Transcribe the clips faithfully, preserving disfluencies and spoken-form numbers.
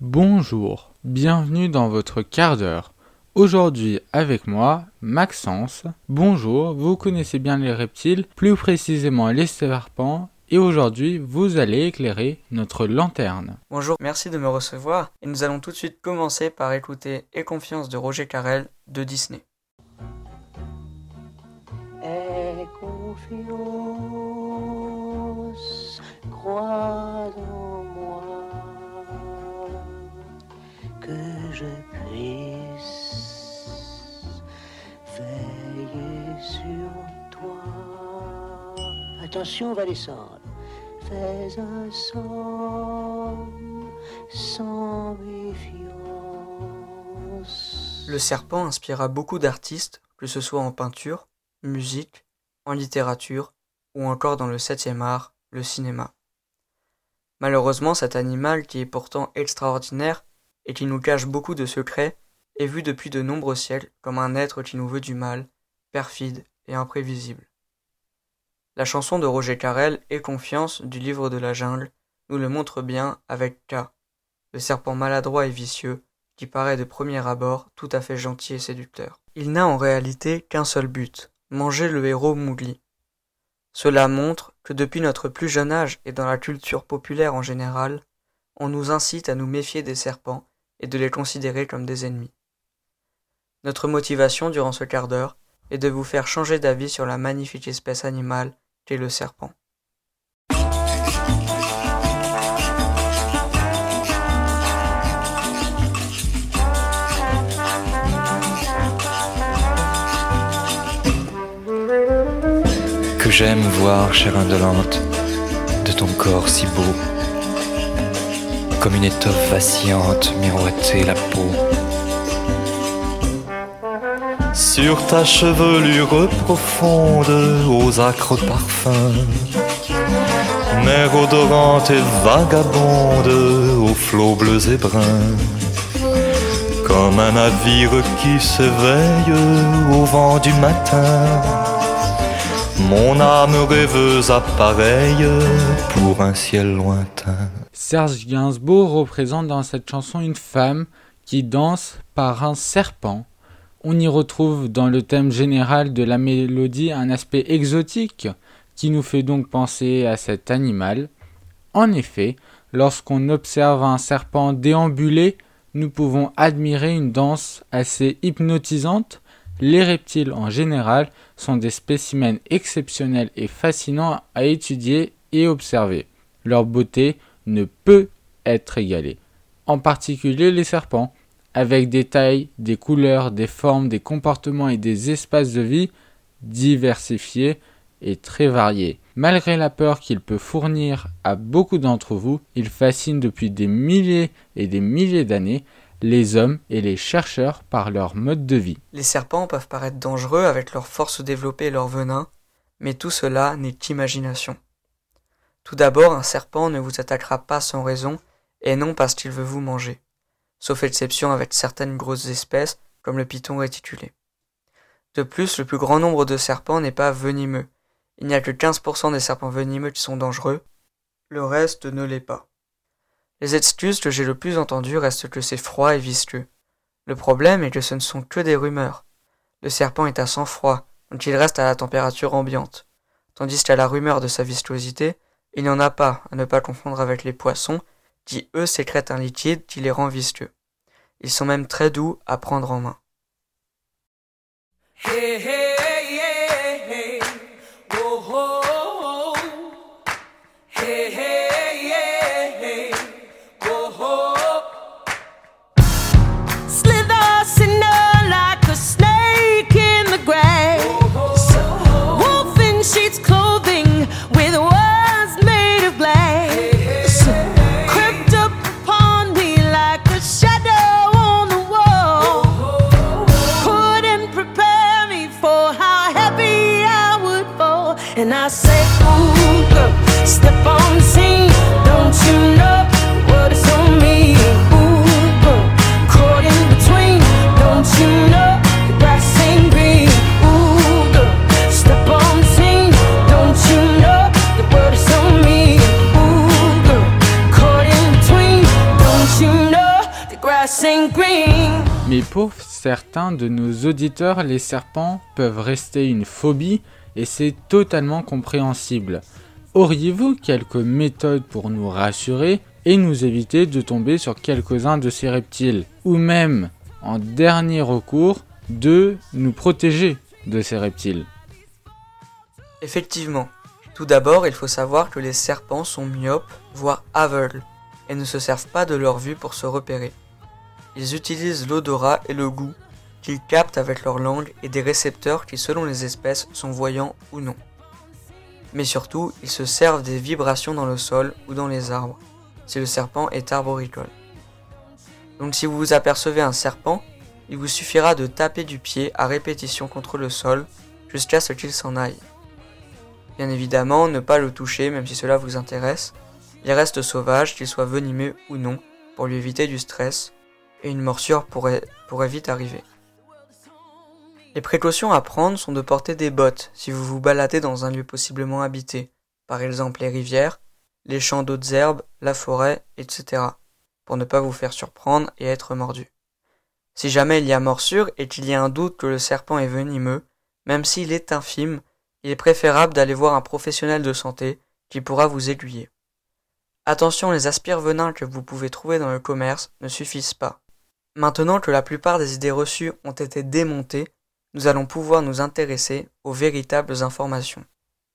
Bonjour, bienvenue dans votre quart d'heure. Aujourd'hui avec moi, Maxence. Bonjour, vous connaissez bien les reptiles, plus précisément les serpents, et aujourd'hui vous allez éclairer notre lanterne. Bonjour, merci de me recevoir, et nous allons tout de suite commencer par écouter Aie confiance de Roger Carrel de Disney. Aie confiance, crois en moi, que je puisse veiller sur toi. Attention, on va descendre. Fais un somme sans méfiance. Le serpent inspira beaucoup d'artistes, que ce soit en peinture, musique, en littérature ou encore dans le septième art, le cinéma. Malheureusement, cet animal qui est pourtant extraordinaire et qui nous cache beaucoup de secrets est vu depuis de nombreux siècles comme un être qui nous veut du mal, perfide et imprévisible. La chanson de Roger Carrel Aie confiance du livre de la jungle nous le montre bien avec K, le serpent maladroit et vicieux qui paraît de premier abord tout à fait gentil et séducteur. Il n'a en réalité qu'un seul but, manger le héros Mowgli. Cela montre que depuis notre plus jeune âge et dans la culture populaire en général, on nous incite à nous méfier des serpents et de les considérer comme des ennemis. Notre motivation durant ce quart d'heure est de vous faire changer d'avis sur la magnifique espèce animale qu'est le serpent. Que j'aime voir, chère indolente, de ton corps si beau, comme une étoffe vacillante miroiter la peau. Sur ta chevelure profonde, aux acres parfums, mer odorante et vagabonde, aux flots bleus et bruns, comme un navire qui s'éveille au vent du matin. Mon âme rêveuse appareille pour un ciel lointain. Serge Gainsbourg représente dans cette chanson une femme qui danse par un serpent. On y retrouve dans le thème général de la mélodie un aspect exotique qui nous fait donc penser à cet animal. En effet, lorsqu'on observe un serpent déambuler, nous pouvons admirer une danse assez hypnotisante. Les reptiles en général sont des spécimens exceptionnels et fascinants à étudier et observer. Leur beauté ne peut être égalée. En particulier les serpents, avec des tailles, des couleurs, des formes, des comportements et des espaces de vie diversifiés et très variés. Malgré la peur qu'il peut fournir à beaucoup d'entre vous, il fascine depuis des milliers et des milliers d'années les hommes et les chercheurs par leur mode de vie. Les serpents peuvent paraître dangereux avec leur force développée et leur venin, mais tout cela n'est qu'imagination. Tout d'abord, un serpent ne vous attaquera pas sans raison et non parce qu'il veut vous manger, sauf exception avec certaines grosses espèces comme le python réticulé. De plus, le plus grand nombre de serpents n'est pas venimeux. Il n'y a que quinze pour cent des serpents venimeux qui sont dangereux, le reste ne l'est pas. Les excuses que j'ai le plus entendues restent que c'est froid et visqueux. Le problème est que ce ne sont que des rumeurs. Le serpent est à sang froid, donc il reste à la température ambiante. Tandis qu'à la rumeur de sa viscosité, il n'y en a pas, à ne pas confondre avec les poissons, qui eux sécrètent un liquide qui les rend visqueux. Ils sont même très doux à prendre en main. Hey, hey, hey, hey. Whoa, whoa, whoa. Hey, hey, hey, hey. Whoa, whoa. Slither, sinner like a snake in the grass. Wolf in sheep's clothing with words made of glass. Crept up upon me like a shadow on the wall. Couldn't prepare me for how grass ain't green. Mais pour certains de nos auditeurs, les serpents peuvent rester une phobie et c'est totalement compréhensible. Auriez-vous quelques méthodes pour nous rassurer et nous éviter de tomber sur quelques-uns de ces reptiles, ou même, en dernier recours, de nous protéger de ces reptiles? Effectivement. Tout d'abord, il faut savoir que les serpents sont myopes, voire aveugles, et ne se servent pas de leur vue pour se repérer. Ils utilisent l'odorat et le goût, qu'ils captent avec leur langue et des récepteurs qui, selon les espèces, sont voyants ou non. Mais surtout, ils se servent des vibrations dans le sol ou dans les arbres, si le serpent est arboricole. Donc si vous vous apercevez un serpent, il vous suffira de taper du pied à répétition contre le sol jusqu'à ce qu'il s'en aille. Bien évidemment, ne pas le toucher même si cela vous intéresse. Il reste sauvage, qu'il soit venimeux ou non, pour lui éviter du stress, et une morsure pourrait, pourrait vite arriver. Les précautions à prendre sont de porter des bottes si vous vous baladez dans un lieu possiblement habité, par exemple les rivières, les champs d'autres herbes, la forêt, et cetera, pour ne pas vous faire surprendre et être mordu. Si jamais il y a morsure et qu'il y a un doute que le serpent est venimeux, même s'il est infime, il est préférable d'aller voir un professionnel de santé qui pourra vous aiguiller. Attention, les aspire-venins que vous pouvez trouver dans le commerce ne suffisent pas. Maintenant que la plupart des idées reçues ont été démontées, nous allons pouvoir nous intéresser aux véritables informations.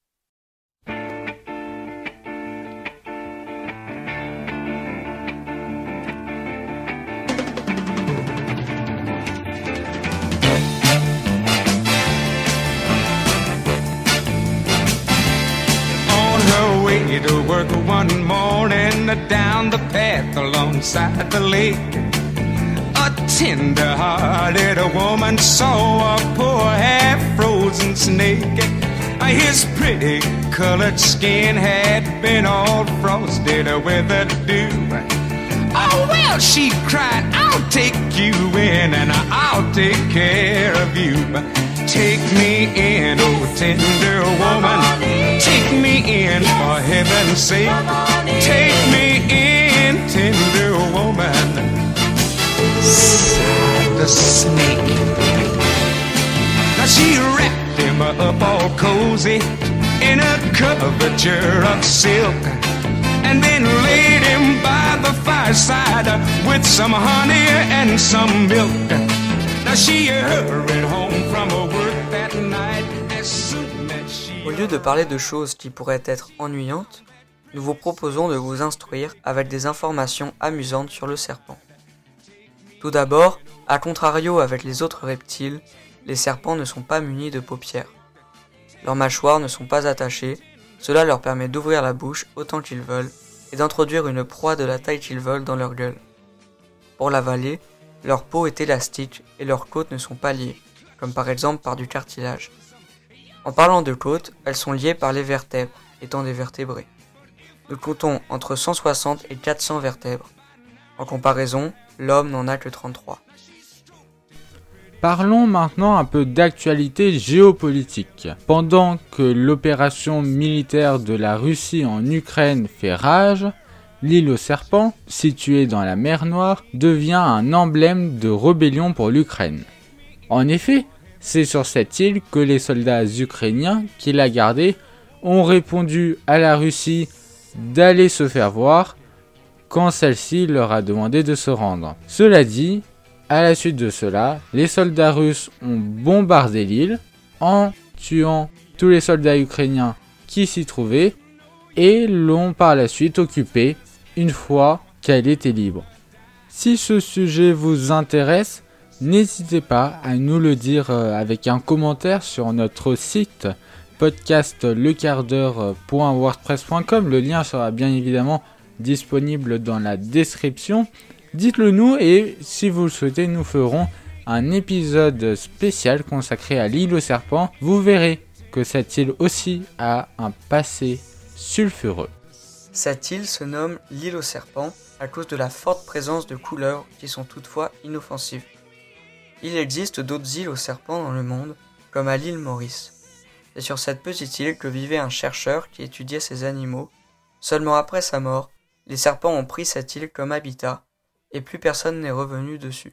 To work one morning down the path alongside the lake, a tender-hearted woman saw a poor half-frozen snake. His pretty colored skin had been all frosted with the dew. Oh well, she cried, I'll take you in and I'll take care of you. Take me in, oh tender woman, take me in for heaven's sake. Take me in, tender woman, sighed the snake. Now she wrapped him up all cozy in a coverture of silk, and then laid him by the fireside with some honey and some milk. Now she hurried home from her work that night as soon as she... Au lieu de parler de choses qui pourraient être ennuyantes, nous vous proposons de vous instruire avec des informations amusantes sur le serpent. Tout d'abord, à contrario avec les autres reptiles, les serpents ne sont pas munis de paupières. Leurs mâchoires ne sont pas attachées, cela leur permet d'ouvrir la bouche autant qu'ils veulent et d'introduire une proie de la taille qu'ils veulent dans leur gueule. Pour l'avaler, leur peau est élastique et leurs côtes ne sont pas liées, comme par exemple par du cartilage. En parlant de côtes, elles sont liées par les vertèbres, étant des vertébrés. Nous comptons entre cent soixante et quatre cents vertèbres. En comparaison, l'homme n'en a que trente-trois. Parlons maintenant un peu d'actualité géopolitique. Pendant que l'opération militaire de la Russie en Ukraine fait rage, l'île aux serpents, située dans la mer Noire, devient un emblème de rébellion pour l'Ukraine. En effet, c'est sur cette île que les soldats ukrainiens qui la gardaient ont répondu à la Russie d'aller se faire voir quand celle-ci leur a demandé de se rendre. Cela dit, à la suite de cela, les soldats russes ont bombardé l'île en tuant tous les soldats ukrainiens qui s'y trouvaient et l'ont par la suite occupée une fois qu'elle était libre. Si ce sujet vous intéresse, n'hésitez pas à nous le dire avec un commentaire sur notre site podcast le quart d'heure point wordpress point com. Le lien sera bien évidemment disponible dans la description. Dites-le nous et si vous le souhaitez, nous ferons un épisode spécial consacré à l'île aux serpents. Vous verrez que cette île aussi a un passé sulfureux. Cette île se nomme l'île aux serpents à cause de la forte présence de couleurs qui sont toutefois inoffensives. Il existe d'autres îles aux serpents dans le monde, comme à l'île Maurice. C'est sur cette petite île que vivait un chercheur qui étudiait ces animaux. Seulement après sa mort, les serpents ont pris cette île comme habitat, et plus personne n'est revenu dessus.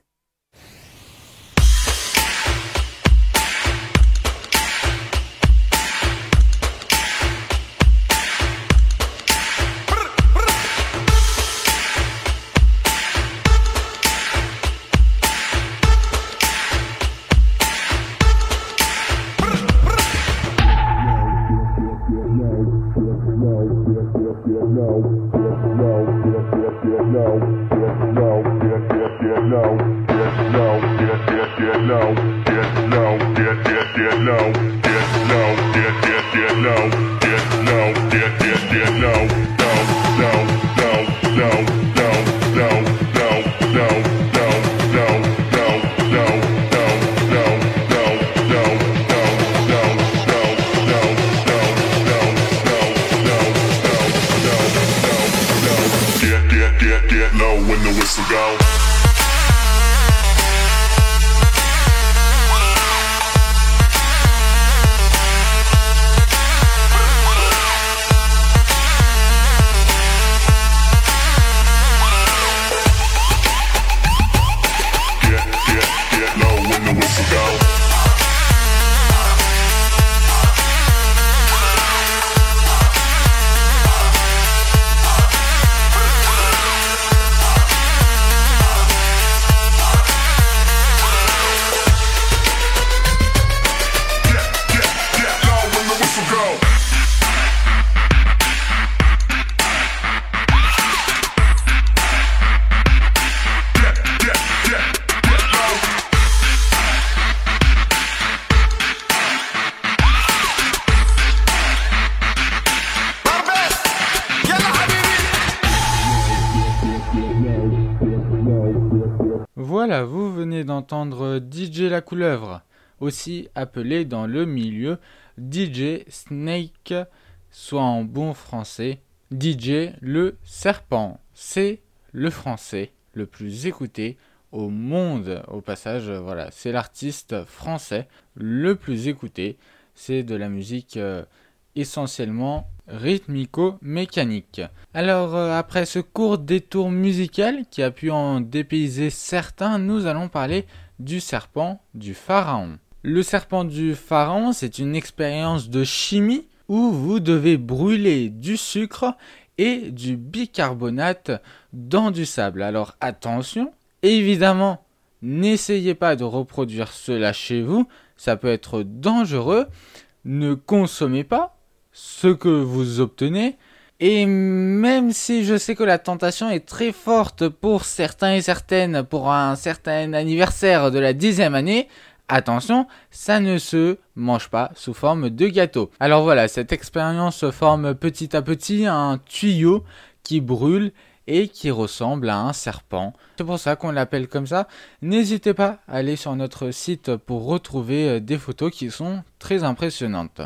Voilà, vous venez d'entendre D J La Couleuvre, aussi appelé dans le milieu D J Snake, soit en bon français D J le serpent. C'est le français le plus écouté au monde. Au passage, voilà, c'est l'artiste français le plus écouté. C'est de la musique euh, essentiellement rythmico-mécanique. Alors, euh, après ce court détour musical qui a pu en dépayser certains, nous allons parler du serpent du pharaon. Le serpent du pharaon, c'est une expérience de chimie où vous devez brûler du sucre et du bicarbonate dans du sable. Alors attention, évidemment, n'essayez pas de reproduire cela chez vous, ça peut être dangereux. Ne consommez pas ce que vous obtenez, et même si je sais que la tentation est très forte pour certains et certaines pour un certain anniversaire de la dixième année, attention, ça ne se mange pas sous forme de gâteau. Alors voilà, cette expérience forme petit à petit un tuyau qui brûle et qui ressemble à un serpent. C'est pour ça qu'on l'appelle comme ça. N'hésitez pas à aller sur notre site pour retrouver des photos qui sont très impressionnantes.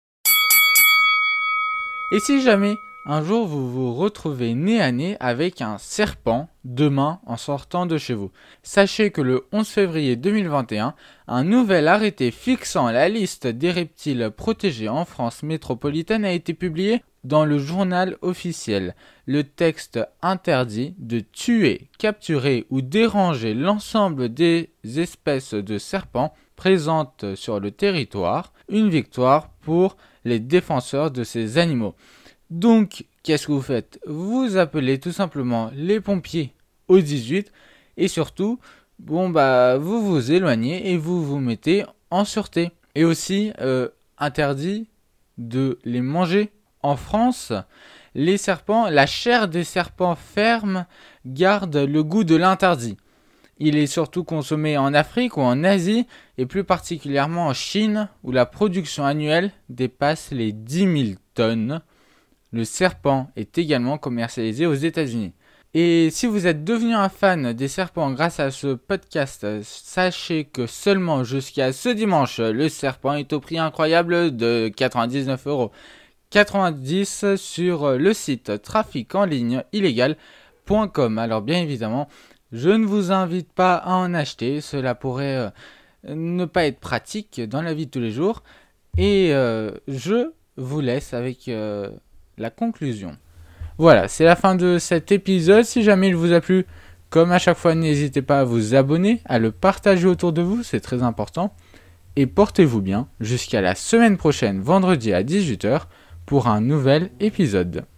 Et si jamais un jour vous vous retrouvez nez à nez avec un serpent demain en sortant de chez vous, sachez que le onze février deux mille vingt et un, un nouvel arrêté fixant la liste des reptiles protégés en France métropolitaine a été publié dans le journal officiel. Le texte interdit de tuer, capturer ou déranger l'ensemble des espèces de serpents présentes sur le territoire, une victoire pour les défenseurs de ces animaux. Donc, qu'est-ce que vous faites ? Vous appelez tout simplement les pompiers au dix-huit et surtout, bon bah, vous vous éloignez et vous vous mettez en sûreté. Et aussi, euh, interdit de les manger. En France, les serpents, la chair des serpents fermes garde le goût de l'interdit. Il est surtout consommé en Afrique ou en Asie, et plus particulièrement en Chine, où la production annuelle dépasse les dix mille tonnes. Le serpent est également commercialisé aux États-Unis. Et si vous êtes devenu un fan des serpents grâce à ce podcast, sachez que seulement jusqu'à ce dimanche, le serpent est au prix incroyable de quatre-vingt-dix-neuf euros quatre-vingt-dix sur le site trafic en ligne illégal point com. Alors bien évidemment, je ne vous invite pas à en acheter, cela pourrait euh, ne pas être pratique dans la vie de tous les jours. Et euh, je vous laisse avec euh, la conclusion. Voilà, c'est la fin de cet épisode. Si jamais il vous a plu, Comme à chaque fois, n'hésitez pas à vous abonner, à le partager autour de vous, c'est très important. Et portez-vous bien jusqu'à la semaine prochaine, vendredi à dix-huit heures, pour un nouvel épisode.